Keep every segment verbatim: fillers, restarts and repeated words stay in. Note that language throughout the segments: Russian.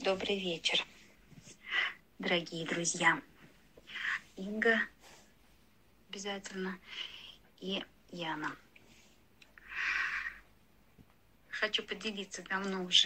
Добрый вечер, дорогие друзья. Инга обязательно и Яна. Хочу поделиться давно уже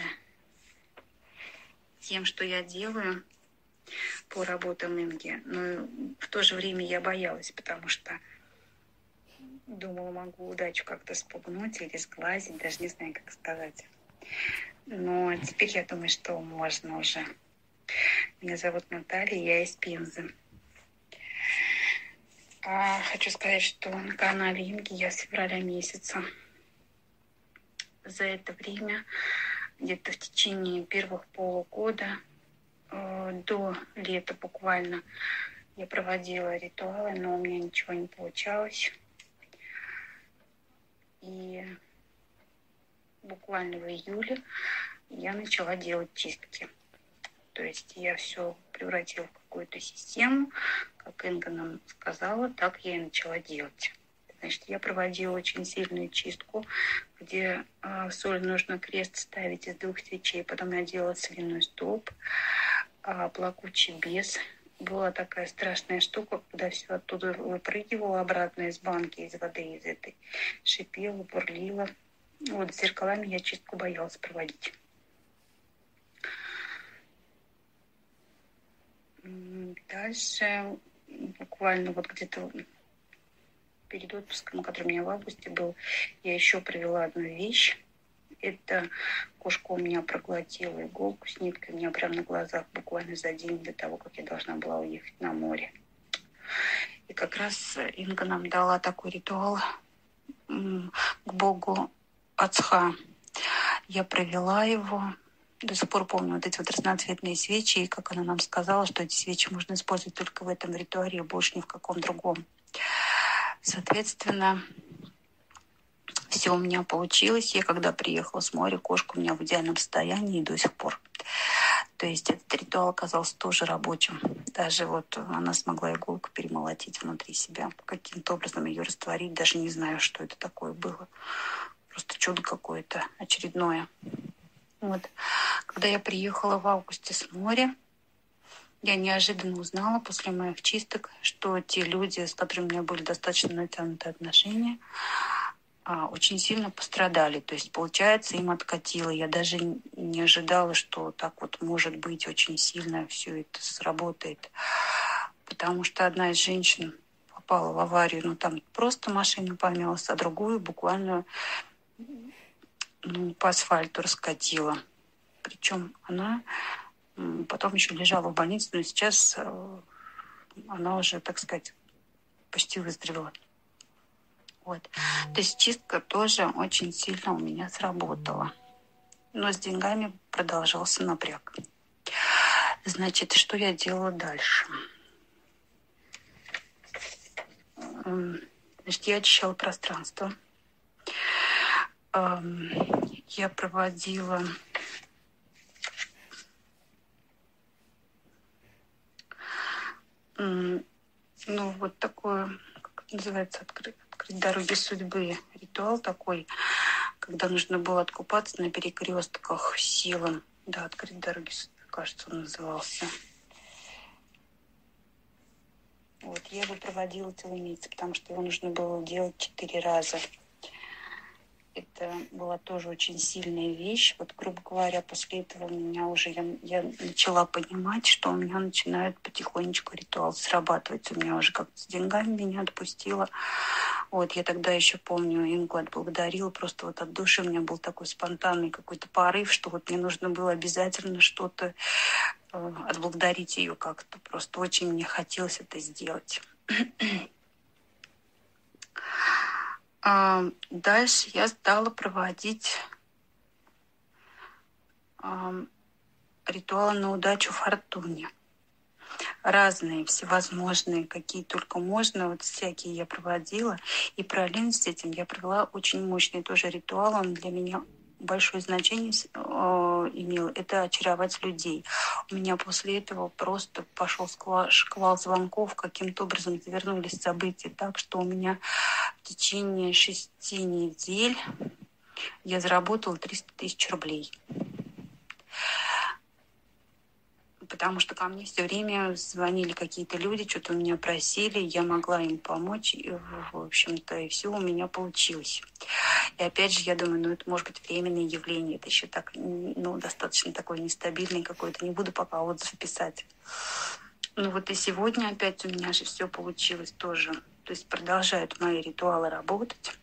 тем, что я делаю по работам Инги. Но в то же время я боялась, потому что думала, могу удачу как-то спугнуть или сглазить, даже не знаю, как сказать. Но теперь я думаю, что можно уже. Меня зовут Наталья, я из Пензы. А хочу сказать, что на канале Инги я с февраля месяца. За это время, где-то в течение первых полугода, э, до лета буквально, я проводила ритуалы, но у меня ничего не получалось. И буквально в июле я начала делать чистки. То есть я все превратила в какую-то систему, как Инга нам сказала, так я и начала делать. Значит, я проводила очень сильную чистку, где э, соль нужно крест ставить из двух свечей. Потом я делала соляной столб, э, плакучий бес. Была такая страшная штука, когда все оттуда выпрыгивало обратно из банки, из воды, из этой. Шипела, бурлила. Вот с зеркалами я чистку боялась проводить. Дальше, буквально вот где-то перед отпуском, который у меня в августе был, я еще провела одну вещь. Это кошка у меня проглотила иголку с ниткой. У меня прямо на глазах буквально за день до того, как я должна была уехать на море. И как раз Инга нам дала такой ритуал к богу Ацха. Я провела его. До сих пор помню вот эти вот разноцветные свечи, и как она нам сказала, что эти свечи можно использовать только в этом ритуале, больше ни в каком другом. Соответственно, все у меня получилось. Я когда приехала с моря, кошка у меня в идеальном состоянии и до сих пор. То есть этот ритуал оказался тоже рабочим. Даже вот она смогла иголку перемолотить внутри себя. Каким-то образом ее растворить. Даже не знаю, что это такое было. Просто чудо какое-то очередное. Вот. Когда я приехала в августе с моря, я неожиданно узнала после моих чисток, что те люди, с которыми у меня были достаточно натянутые отношения, очень сильно пострадали. То есть, получается, им откатило. Я даже не ожидала, что так вот может быть очень сильно все это сработает. Потому что одна из женщин попала в аварию, ну там просто машина помялась, а другую буквально ну, по асфальту раскатила. Причем она потом еще лежала в больнице, но сейчас она уже, так сказать, почти выздоровела. Вот. То есть чистка тоже очень сильно у меня сработала. Но с деньгами продолжался напряг. Значит, что я делала дальше? Значит, я очищала пространство. Я проводила ну, вот такое, как это называется, открыть, открыть дороги судьбы. Ритуал такой, когда нужно было откупаться на перекрестках силам. Да, открыть дороги судьбы, кажется, он назывался. Вот, я его проводила целый месяц, потому что его нужно было делать четыре раза. Это была тоже очень сильная вещь. Вот, грубо говоря, после этого у меня уже я, я начала понимать, что у меня начинает потихонечку ритуал срабатывать. У меня уже как-то с деньгами меня отпустило. Вот, я тогда еще помню, Ингу отблагодарила. Просто вот от души у меня был такой спонтанный какой-то порыв, что вот мне нужно было обязательно что-то э, отблагодарить ее как-то. Просто очень мне хотелось это сделать. Дальше я стала проводить ритуалы на удачу фортуне. Разные, всевозможные, какие только можно. Вот всякие я проводила. И параллельно с этим я провела очень мощный тоже ритуал. Он для меня большое значение имел. Это очаровать людей. У меня после этого просто пошел шквал звонков. Каким-то образом завернулись события так, что у меня в течение шести недель я заработала триста тысяч рублей. Потому что ко мне все время звонили какие-то люди, что-то у меня просили, я могла им помочь, и, в общем-то, и все у меня получилось. И опять же, я думаю, ну это может быть временное явление, это еще так, ну, достаточно такое нестабильное какое-то, не буду пока отзыв писать. Ну вот и сегодня опять у меня же все получилось тоже. То есть продолжают мои ритуалы работать.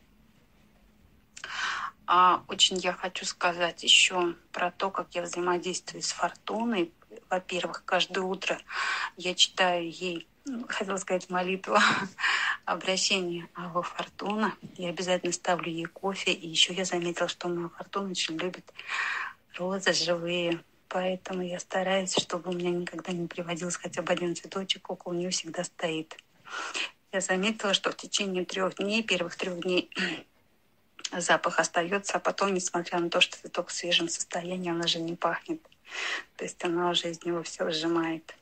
А очень я хочу сказать еще про то, как я взаимодействую с Фортуной. Во-первых, каждое утро я читаю ей, ну, хотела сказать, молитву, обращение во Фортуна. Я обязательно ставлю ей кофе. И еще я заметила, что моя Фортуна очень любит розы живые. Поэтому я стараюсь, чтобы у меня никогда не приводилось хотя бы один цветочек, около нее всегда стоит. Я заметила, что в течение трех дней, первых трех дней, запах остается, а потом, несмотря на то, что цветок в свежем состоянии, он уже не пахнет. То есть она уже из него все сжимает.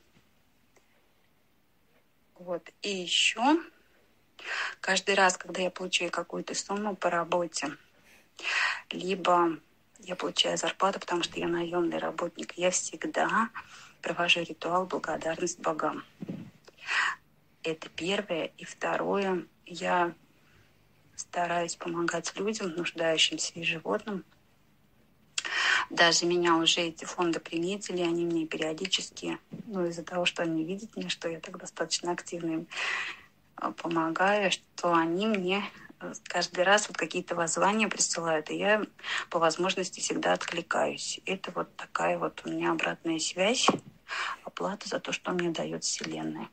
Вот. И еще каждый раз, когда я получаю какую-то сумму по работе, либо я получаю зарплату, потому что я наемный работник, я всегда провожу ритуал благодарность богам. Это первое. И второе, я стараюсь помогать людям, нуждающимся и животным. Даже меня уже эти фонды приметили, они мне периодически, ну, из-за того, что они видят меня, что я так достаточно активно им помогаю, что они мне каждый раз вот какие-то воззвания присылают, и я по возможности всегда откликаюсь. Это вот такая вот у меня обратная связь, оплата за то, что мне дает Вселенная.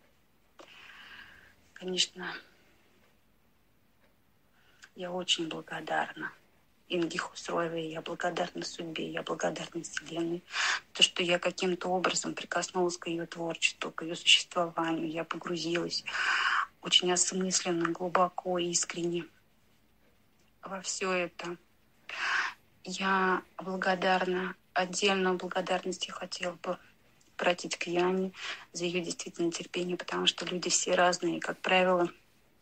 Конечно, я очень благодарна Инге Хусроевой, я благодарна судьбе, я благодарна Вселенной. То, что я каким-то образом прикоснулась к ее творчеству, к ее существованию, я погрузилась очень осмысленно, глубоко, искренне во все это. Я благодарна, отдельную благодарность я хотела бы обратить к Яне за ее действительно терпение, потому что люди все разные, и, как правило,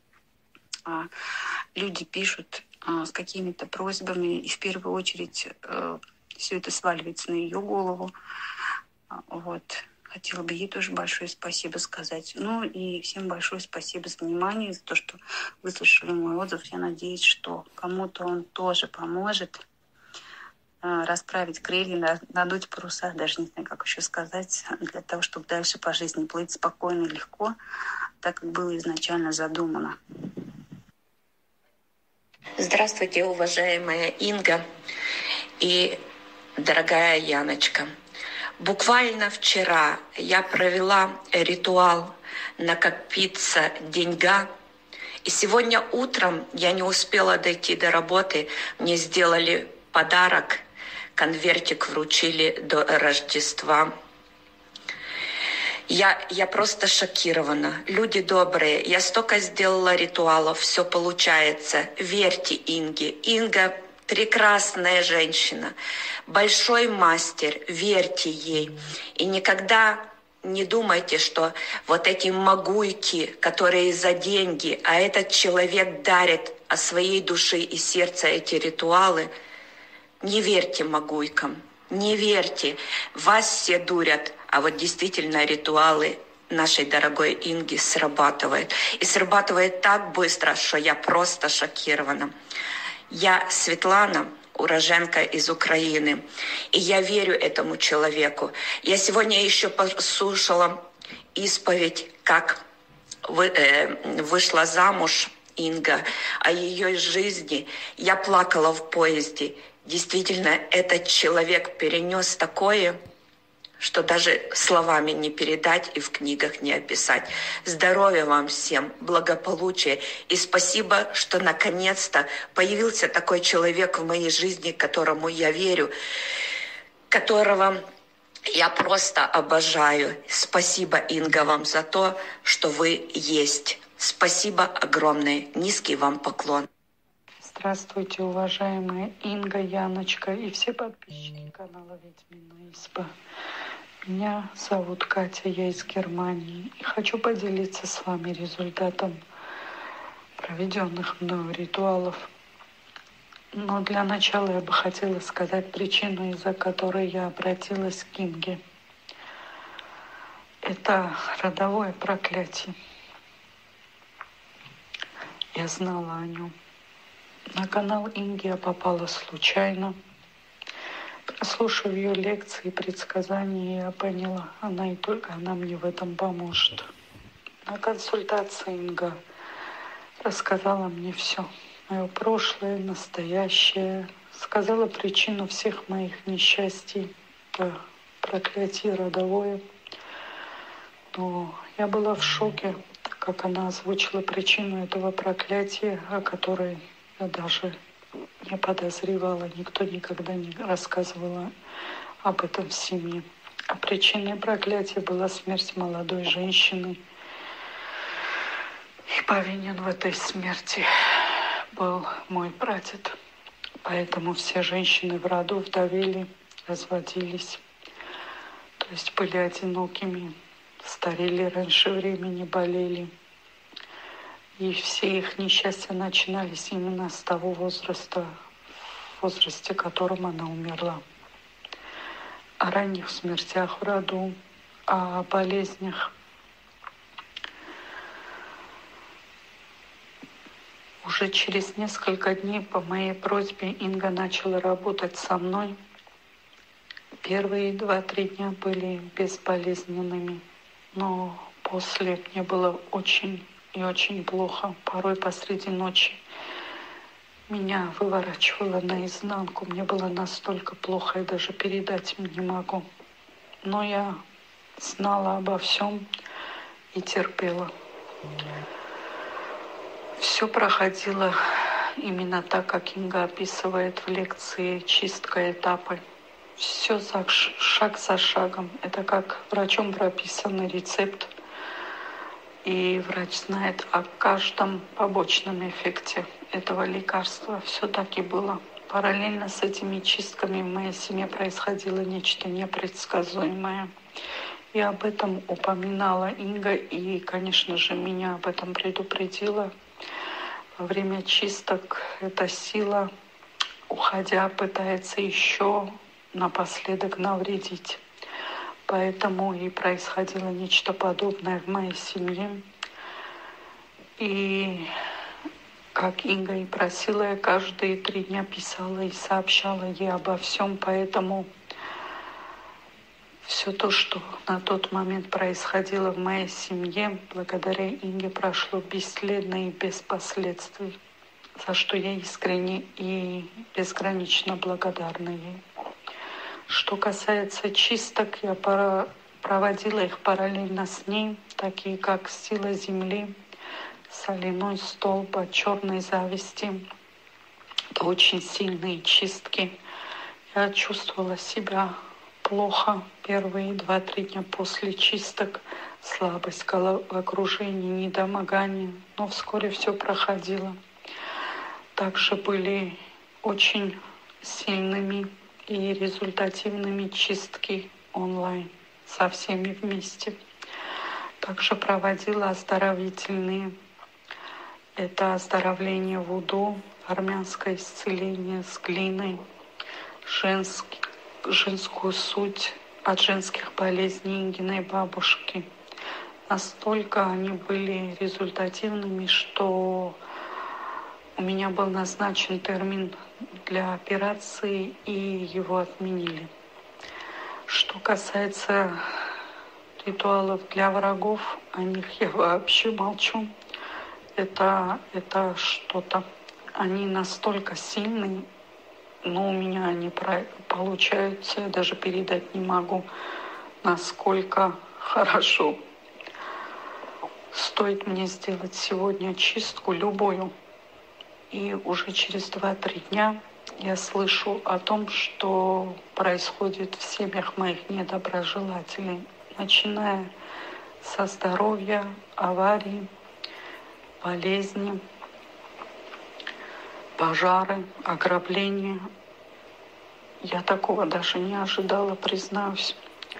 люди пишут с какими-то просьбами, и в первую очередь все это сваливается на ее голову. Вот. Хотела бы ей тоже большое спасибо сказать. Ну и всем большое спасибо за внимание, за то, что выслушали мой отзыв. Я надеюсь, что кому-то он тоже поможет расправить крылья, надуть паруса, даже не знаю, как еще сказать, для того, чтобы дальше по жизни плыть спокойно и легко, так как было изначально задумано. Здравствуйте, уважаемая Инга и дорогая Яночка. Буквально вчера я провела ритуал накопиться деньга, и сегодня утром я не успела дойти до работы, мне сделали подарок, конвертик вручили до Рождества. Я, я просто шокирована. Люди добрые, я столько сделала ритуалов, все получается. Верьте Инге. Инга прекрасная женщина, большой мастер, верьте ей. И никогда не думайте, что вот эти могуйки, которые за деньги, а этот человек дарит от своей души и сердца эти ритуалы. Не верьте могуйкам, не верьте. Вас все дурят. А вот действительно ритуалы нашей дорогой Инги срабатывают. И срабатывает так быстро, что я просто шокирована. Я Светлана, уроженка из Украины, и я верю этому человеку. Я сегодня еще послушала исповедь, как вы, э, вышла замуж Инга, о ее жизни. Я плакала в поезде. Действительно, этот человек перенес такое, что даже словами не передать и в книгах не описать. Здоровья вам всем, благополучия. И спасибо, что наконец-то появился такой человек в моей жизни, которому я верю, которого я просто обожаю. Спасибо, Инга, вам за то, что вы есть. Спасибо огромное. Низкий вам поклон. Здравствуйте, уважаемая Инга, Яночка и все подписчики канала Ведьмина Изба. Меня зовут Катя, я из Германии. И хочу поделиться с вами результатом проведенных мною ритуалов. Но для начала я бы хотела сказать причину, из-за которой я обратилась к Инге. это родовое проклятие. Я знала о нем. На канал Инги я попала случайно. Прослушав ее лекции и предсказания, я поняла, она и только она мне в этом поможет. На консультации Инга рассказала мне все. Мое прошлое, настоящее. Сказала причину всех моих несчастий. Это проклятие родовое. Но я была в шоке, так как она озвучила причину этого проклятия, о которой я даже не подозревала. Никто никогда не рассказывал об этом в семье. А причиной проклятия была смерть молодой женщины. И повинен в этой смерти был мой прадед. Поэтому все женщины в роду вдовели, разводились. То есть были одинокими, старели раньше времени, болели. И все их несчастья начинались именно с того возраста, в возрасте, в котором она умерла. О ранних смертях в роду, о болезнях. Уже через несколько дней по моей просьбе Инга начала работать со мной. Первые два-три дня были безболезненными, но после мне было очень и очень плохо. Порой посреди ночи меня выворачивало наизнанку. Мне было настолько плохо, я даже передать им не могу. Но я знала обо всем и терпела. Все проходило именно так, как Инга описывает в лекции «Чистка этапы». Все шаг за шагом. Это как врачом прописанный рецепт. И врач знает о каждом побочном эффекте этого лекарства. Все так и было. Параллельно с этими чистками в моей семье происходило нечто непредсказуемое. И об этом упоминала Инга, и, конечно же, меня об этом предупредила. Во время чисток эта сила, уходя, пытается еще напоследок навредить. Поэтому и происходило нечто подобное в моей семье. И как Инга и просила, я каждые три дня писала и сообщала ей обо всем. Поэтому все то, что на тот момент происходило в моей семье, благодаря Инге прошло бесследно и без последствий, за что я искренне и безгранично благодарна ей. Что касается чисток, я проводила их параллельно с ней, такие как «Сила Земли», «Соляной столб», от «Черной зависти». Это очень сильные чистки. Я чувствовала себя плохо первые два-три дня после чисток, слабость в окружении, недомогание, но вскоре все проходило. Также были очень сильными и результативными чистки онлайн со всеми вместе. Также проводила оздоровительные. Это оздоровление вуду, армянское исцеление с глиной, женский, женскую суть от женских болезней Ингиной бабушки. Настолько они были результативными, что у меня был назначен термин для операции, и его отменили. Что касается ритуалов для врагов, о них я вообще молчу. Это, это что-то. Они настолько сильные, но у меня они получаются, я даже передать не могу, насколько хорошо. Стоит мне сделать сегодня чистку любую, и уже через два-три дня я слышу о том, что происходит в семьях моих недоброжелателей, начиная со здоровья, аварий, болезни, пожары, ограбления. Я такого даже не ожидала, признаюсь.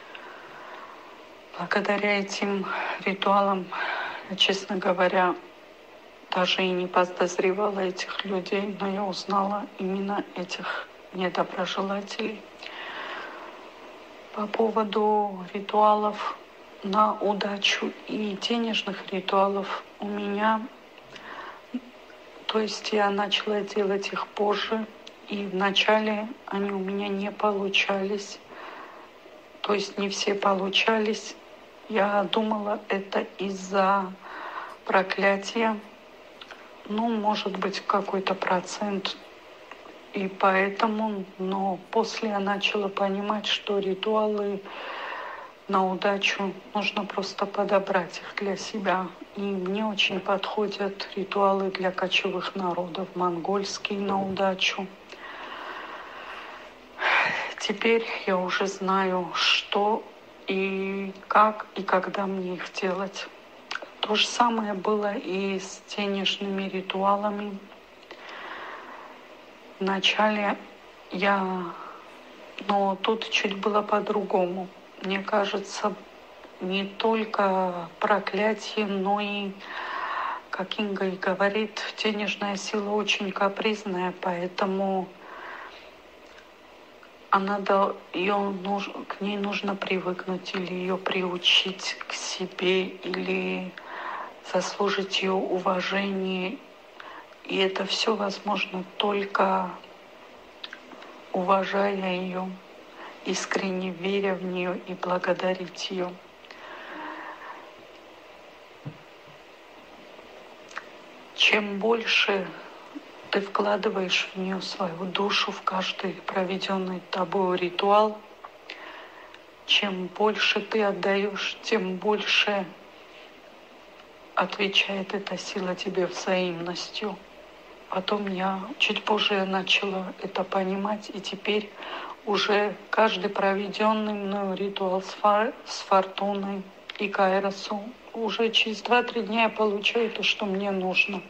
Благодаря этим ритуалам, честно говоря, даже и не подозревала этих людей, но я узнала именно этих недоброжелателей. По поводу ритуалов на удачу и денежных ритуалов у меня, то есть я начала делать их позже, и вначале они у меня не получались, то есть не все получались. Я думала, это из-за проклятия, ну, может быть, какой-то процент, и поэтому, но после я начала понимать, что ритуалы на удачу нужно просто подобрать их для себя. И мне очень подходят ритуалы для кочевых народов, монгольские на удачу. Теперь я уже знаю, что и как, и когда мне их делать. То же самое было и с денежными ритуалами. Вначале я... Но тут чуть было по-другому. Мне кажется, не только проклятие, но и, как Инга и говорит, денежная сила очень капризная, поэтому она, ее, к ней нужно привыкнуть или ее приучить к себе, или заслужить ее уважение. И это все возможно только уважая ее, искренне веря в нее и благодарить ее. Чем больше ты вкладываешь в нее свою душу, в каждый проведенный тобой ритуал, чем больше ты отдаешь, тем больше отвечает эта сила тебе взаимностью. Потом я чуть позже начала это понимать, и теперь уже каждый проведенный мною ритуал с, фар, с фортуной и кайросу, уже через два-три дня я получаю то, что мне нужно.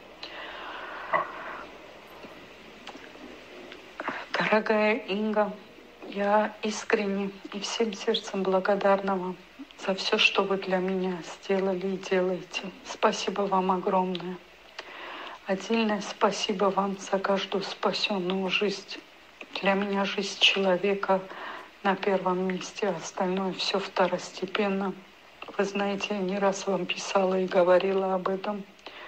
Дорогая Инга, я искренне и всем сердцем благодарна вам за все, что вы для меня сделали и делаете. Спасибо вам огромное. Отдельное спасибо вам за каждую спасенную жизнь. Для меня жизнь человека на первом месте, а остальное все второстепенно. Вы знаете, я не раз вам писала и говорила об этом.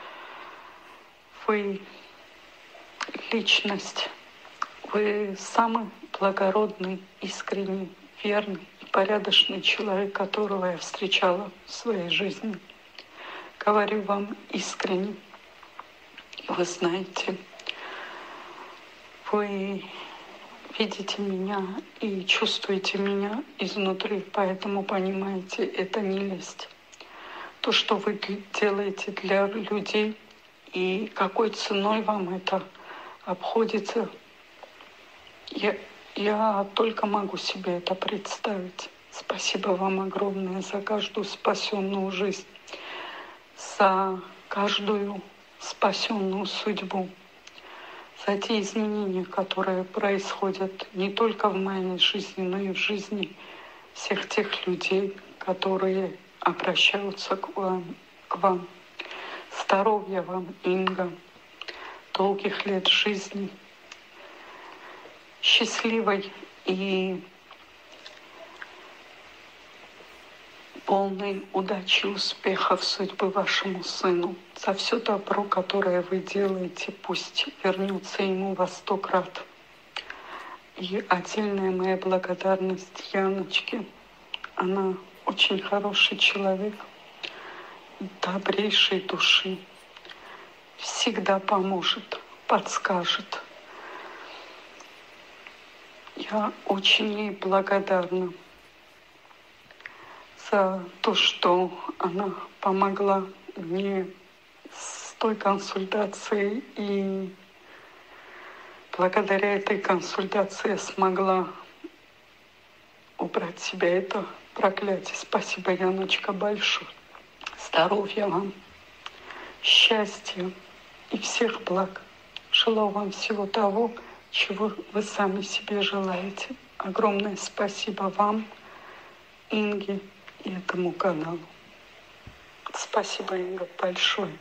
Вы личность, вы самый благородный, искренний, верный и порядочный человек, которого я встречала в своей жизни. Говорю вам искренне. Вы знаете, вы видите меня и чувствуете меня изнутри, поэтому понимаете, это не лесть. То, что вы делаете для людей и какой ценой вам это обходится, я, я только могу себе это представить. Спасибо вам огромное за каждую спасенную жизнь, за каждую спасенную судьбу, за те изменения, которые происходят не только в моей жизни, но и в жизни всех тех людей, которые обращаются к вам. К вам. Здоровья вам, Инга, долгих лет жизни, счастливой и полной удачи, успехов, судьбы вашему сыну. За все добро, которое вы делаете, пусть вернется ему во сто крат. И отдельная моя благодарность Яночке. Она очень хороший человек, добрейшей души. Всегда поможет, подскажет. Я очень ей благодарна за то, что она помогла мне с той консультацией, и благодаря этой консультации я смогла убрать себе это проклятие. Спасибо, Яночка, большое. Здоровья вам, счастья и всех благ. Желаю вам всего того, чего вы сами себе желаете. Огромное спасибо вам, Инге, и этому каналу. Спасибо, Инга, большое.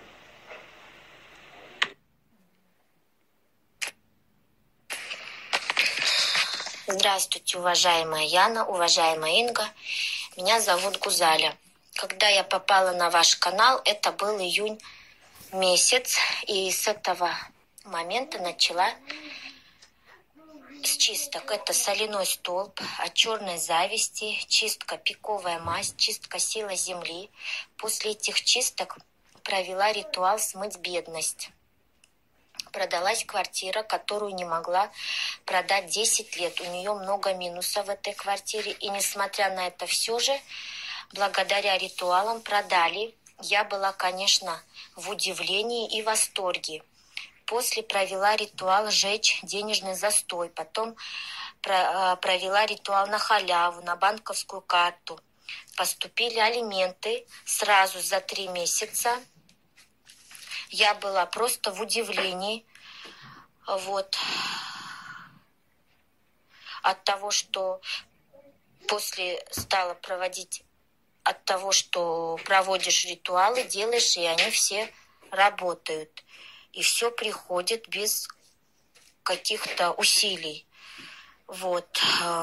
Здравствуйте, уважаемая Яна, уважаемая Инга. Меня зовут Гузаля. Когда я попала на ваш канал, это был июнь месяц, и с этого момента начала с чисток. Это соляной столб, от черной зависти, чистка пиковая мазь, чистка сила земли. После этих чисток провела ритуал смыть бедность. Продалась квартира, которую не могла продать десять лет. У нее много минусов в этой квартире. И несмотря на это все же, благодаря ритуалам продали. Я была, конечно, в удивлении и восторге. После провела ритуал сжечь денежный застой. Потом провела ритуал на халяву, на банковскую карту. Поступили алименты сразу за три месяца. Я была просто в удивлении. Вот. От того, что после стала проводить, от того, что проводишь ритуалы, делаешь, и они все работают. И все приходит без каких-то усилий. Вот.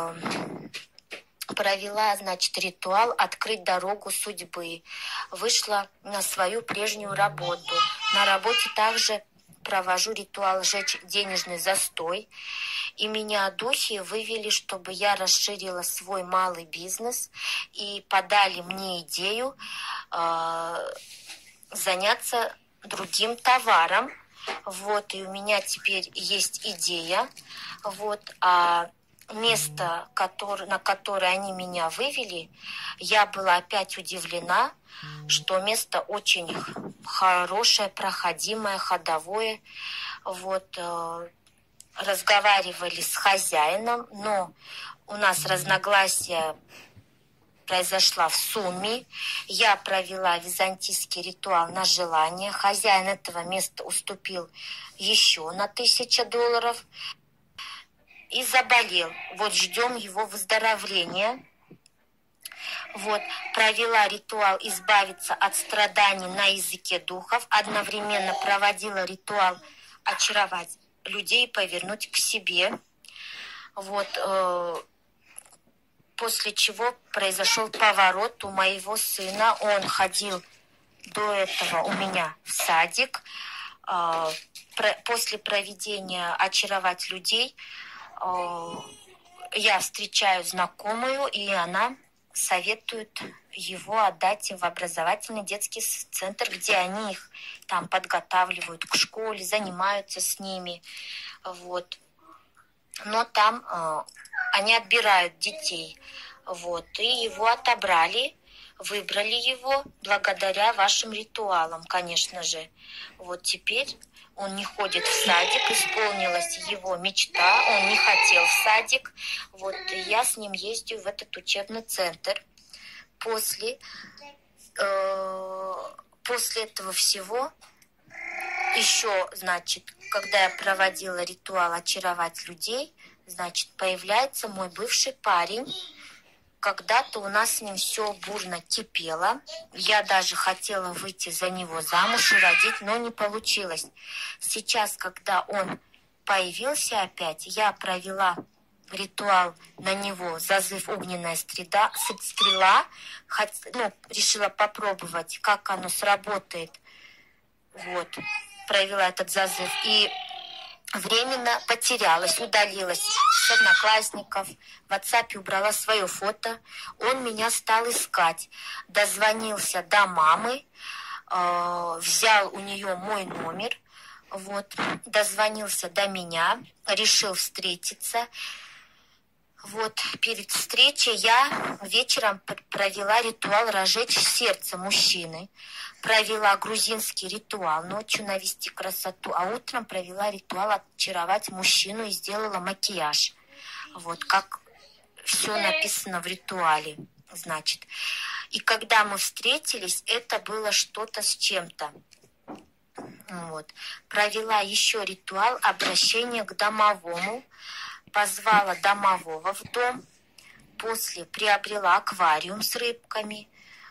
Провела, значит, ритуал «Открыть дорогу судьбы». Вышла на свою прежнюю работу. На работе также провожу ритуал «Сжечь денежный застой». И меня духи вывели, чтобы я расширила свой малый бизнес. И подали мне идею э, заняться другим товаром. Вот, и у меня теперь есть идея. Вот, а место, который, на которое они меня вывели, я была опять удивлена, что место очень хорошее, проходимое, ходовое. Вот, разговаривали с хозяином, но у нас разногласия произошла в сумме. Я провела византийский ритуал на желание. Хозяин этого места уступил еще на тысячу долларов. И заболел. Вот ждем его выздоровления. Вот, провела ритуал избавиться от страданий на языке духов. Одновременно проводила ритуал очаровать людей и повернуть к себе. Вот, э, после чего произошел поворот у моего сына. Он ходил до этого у меня в садик. Э, про, после проведения очаровать людей я встречаю знакомую, и она советует его отдать в образовательный детский центр, где они их там подготавливают к школе, занимаются с ними. Вот. Но там э, они отбирают детей. Вот. И его отобрали, выбрали его благодаря вашим ритуалам, конечно же. Вот теперь он не ходит в садик, исполнилась его мечта, он не хотел в садик. Вот, и я с ним ездил в этот учебный центр. После, э, после этого всего, еще, значит, когда я проводила ритуал очаровать людей, значит, появляется мой бывший парень. Когда-то у нас с ним все бурно кипело. Я даже хотела выйти за него замуж и родить, но не получилось. Сейчас, когда он появился опять, я провела ритуал на него, зазыв огненная стрела, стрела ну, решила попробовать, как оно сработает. Вот, провела этот зазыв. И временно потерялась, удалилась с одноклассников. В WhatsApp убрала свое фото. Он меня стал искать. Дозвонился до мамы, э, взял у нее мой номер. Вот, дозвонился до меня, решил встретиться. Вот, перед встречей я вечером провела ритуал разжечь сердце мужчины. Провела грузинский ритуал, ночью навести красоту, а утром провела ритуал очаровать мужчину и сделала макияж. Вот, как все написано в ритуале, значит. И когда мы встретились, это было что-то с чем-то. Вот. Провела еще ритуал обращения к домовому. Позвала домового в дом. После приобрела аквариум с рыбками.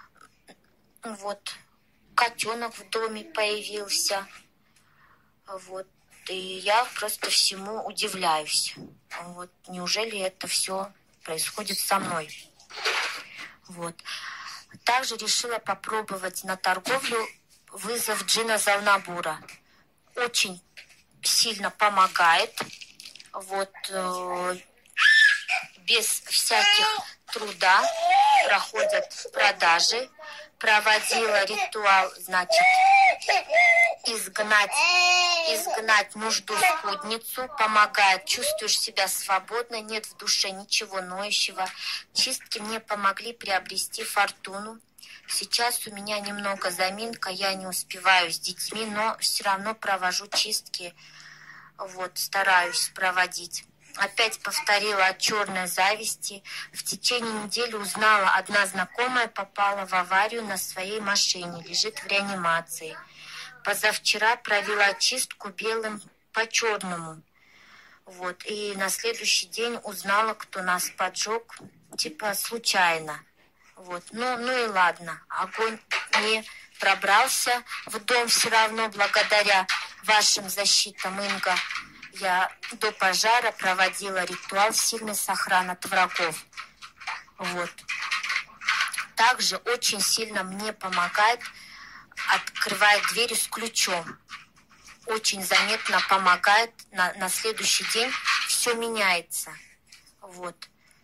Вот. Котенок в доме появился. Вот. И я просто всему удивляюсь. Вот. Неужели это все происходит со мной? Вот. Также решила попробовать на торговлю вызов джина Залнабура. Очень сильно помогает. Вот, э, без всяких труда проходят продажи. Проводила ритуал, значит, изгнать, изгнать нужду скудницу, помогает, чувствуешь себя свободно, нет в душе ничего ноющего. Чистки мне помогли приобрести фортуну. Сейчас у меня немного заминка, я не успеваю с детьми, но все равно провожу чистки, вот, стараюсь проводить. Опять повторила о черной зависти. В течение недели узнала, одна знакомая попала в аварию на своей машине, лежит в реанимации. Позавчера провела чистку белым по черному. Вот. И на следующий день узнала, кто нас поджег, типа случайно. Вот. Ну, ну и ладно, огонь не пробрался в дом все равно благодаря вашим защитам, Инга. Я до пожара проводила ритуал сильной сохран от врагов. Вот. Также очень сильно мне помогает, открывает двери с ключом. Очень заметно помогает. На, на следующий день все меняется. Вот.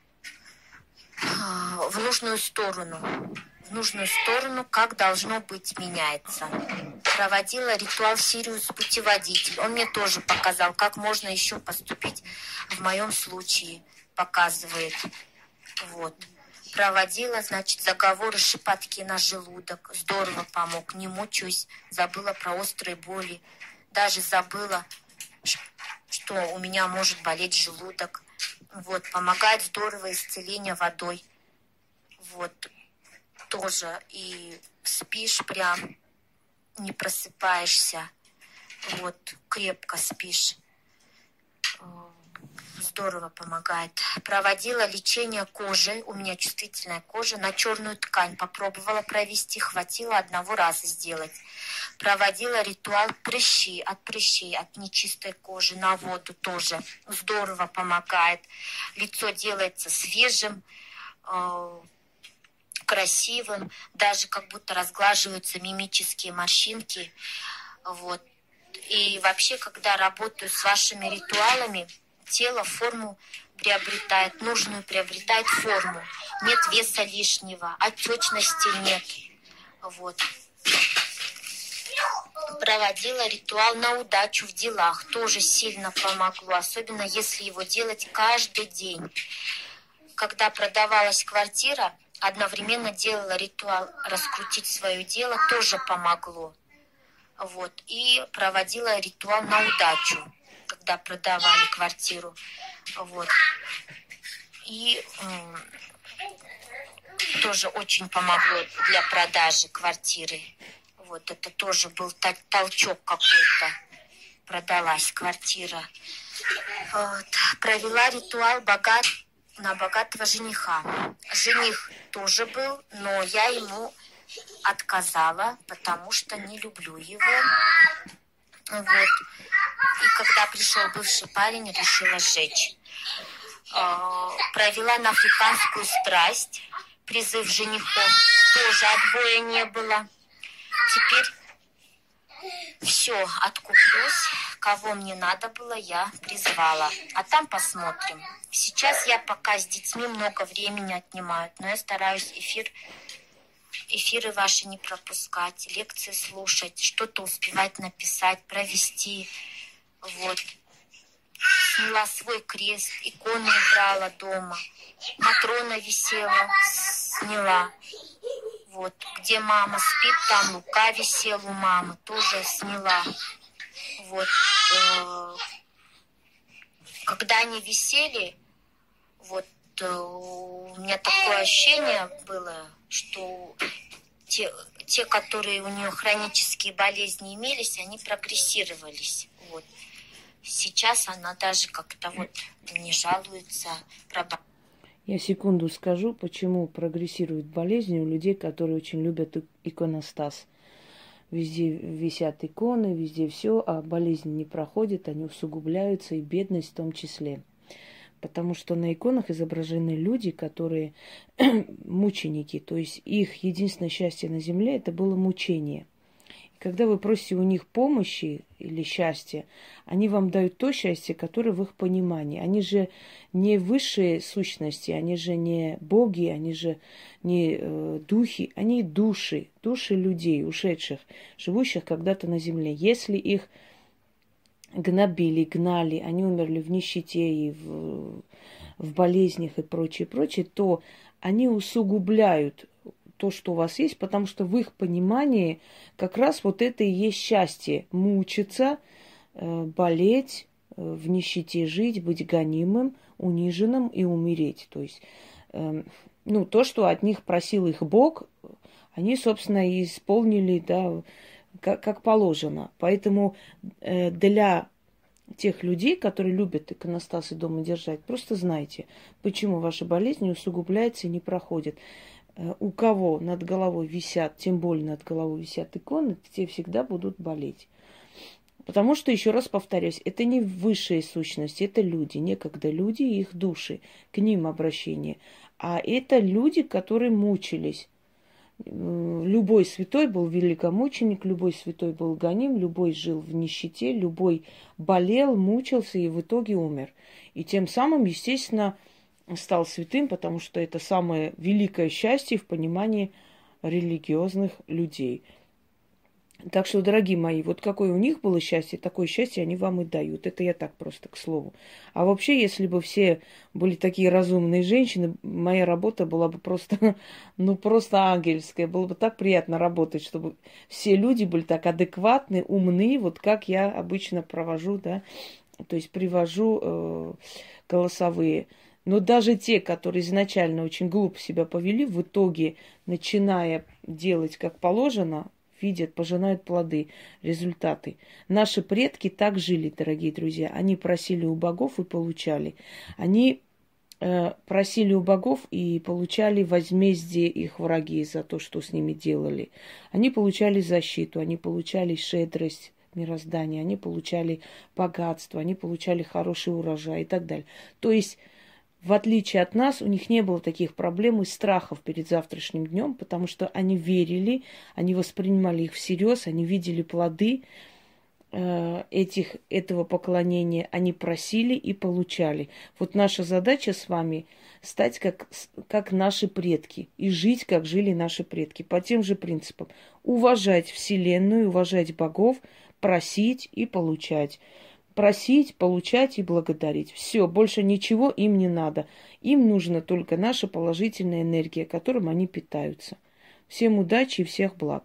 В нужную сторону. В нужную сторону, как должно быть, меняется. Проводила ритуал Сириус Путеводитель. Он мне тоже показал, как можно еще поступить в моем случае. Показывает. Вот. Проводила, значит, заговоры шепотки на желудок. Здорово помог. Не мучаюсь. Забыла про острые боли. Даже забыла, что у меня может болеть желудок. Вот. Помогает здорово исцеление водой. Вот. Тоже. И спишь прям. Не просыпаешься, вот, крепко спишь. Здорово помогает. Проводила лечение кожи, у меня чувствительная кожа, на черную ткань. Попробовала провести, хватило одного раза сделать. Проводила ритуал прыщи, от прыщей, от нечистой кожи на воду тоже. Здорово помогает. Лицо делается свежим, красивым, даже как будто разглаживаются мимические морщинки. Вот. И вообще, когда работаю с вашими ритуалами, тело форму приобретает, нужную приобретает форму. Нет веса лишнего, отечности нет. Вот. Проводила ритуал на удачу в делах, тоже сильно помогло, особенно если его делать каждый день. Когда продавалась квартира, одновременно делала ритуал раскрутить свое дело, тоже помогло. Вот. И проводила ритуал на удачу, когда продавали квартиру. Вот. И м- тоже очень помогло для продажи квартиры. Вот это тоже был толчок какой-то. Продалась квартира. Вот. Провела ритуал богат на богатого жениха. Жених тоже был, но я ему отказала, потому что не люблю его. Вот. И когда пришел бывший парень, решила сжечь. Провела на африканскую страсть. Призыв женихов. Тоже отбоя не было. Теперь все, откуплюсь. Кого мне надо было, я призвала. А там посмотрим. Сейчас я пока с детьми много времени отнимаю, но я стараюсь эфир, эфиры ваши не пропускать, лекции слушать, что-то успевать написать, провести. Вот. Сняла свой крест, иконы убрала дома. Матрона висела, сняла. Вот. Где мама спит, там Лука висел у мамы, тоже сняла. Вот. Когда они висели, вот у меня такое ощущение было, что те, те, которые у нее хронические болезни имелись, они прогрессировались. Вот. Сейчас она даже как-то вот не жалуется. Я секунду скажу, почему прогрессируют болезни у людей, которые очень любят иконостас. Везде висят иконы, везде все, а болезни не проходят, они усугубляются, и бедность в том числе. Потому что на иконах изображены люди, которые мученики. То есть их единственное счастье на земле – это было мучение. Когда вы просите у них помощи или счастья, они вам дают то счастье, которое в их понимании. Они же не высшие сущности, они же не боги, они же не э, духи, они души, души людей, ушедших, живущих когда-то на земле. Если их гнобили, гнали, они умерли в нищете и в, в болезнях и прочее, прочее, то они усугубляют то, что у вас есть, потому что в их понимании как раз вот это и есть счастье. Мучиться, э, болеть, э, в нищете жить, быть гонимым, униженным и умереть. То есть, э, ну, то, что от них просил их Бог, они, собственно, и исполнили, да, как, как положено. Поэтому э, для тех людей, которые любят иконостасы дома держать, просто знайте, почему ваша болезнь не усугубляется и не проходит. У кого над головой висят, тем более над головой висят иконы, те всегда будут болеть. Потому что, еще раз повторюсь, это не высшие сущности, это люди, некогда люди и их души, к ним обращение. А это люди, которые мучились. Любой святой был великомученик, любой святой был гоним, любой жил в нищете, любой болел, мучился и в итоге умер. И тем самым, естественно, стал святым, потому что это самое великое счастье в понимании религиозных людей. Так что, дорогие мои, вот какое у них было счастье, такое счастье они вам и дают. Это я так просто к слову. А вообще, если бы все были такие разумные женщины, моя работа была бы просто, ну, просто ангельская. Было бы так приятно работать, чтобы все люди были так адекватны, умны, вот как я обычно провожу, да, то есть привожу э, голосовые. Но даже те, которые изначально очень глупо себя повели, в итоге, начиная делать как положено, видят, пожинают плоды, результаты. Наши предки так жили, дорогие друзья. Они просили у богов и получали. Они э, просили у богов и получали возмездие их враги за то, что с ними делали. Они получали защиту, они получали щедрость мироздания, они получали богатство, они получали хороший урожай и так далее. То есть, в отличие от нас, у них не было таких проблем и страхов перед завтрашним днем, потому что они верили, они воспринимали их всерьез, они видели плоды э, этих, этого поклонения, они просили и получали. Вот наша задача с вами стать как, как наши предки и жить, как жили наши предки, по тем же принципам. Уважать Вселенную, уважать богов, просить и получать. Просить, получать и благодарить. Все, больше ничего им не надо. Им нужна только наша положительная энергия, которым они питаются. Всем удачи и всех благ.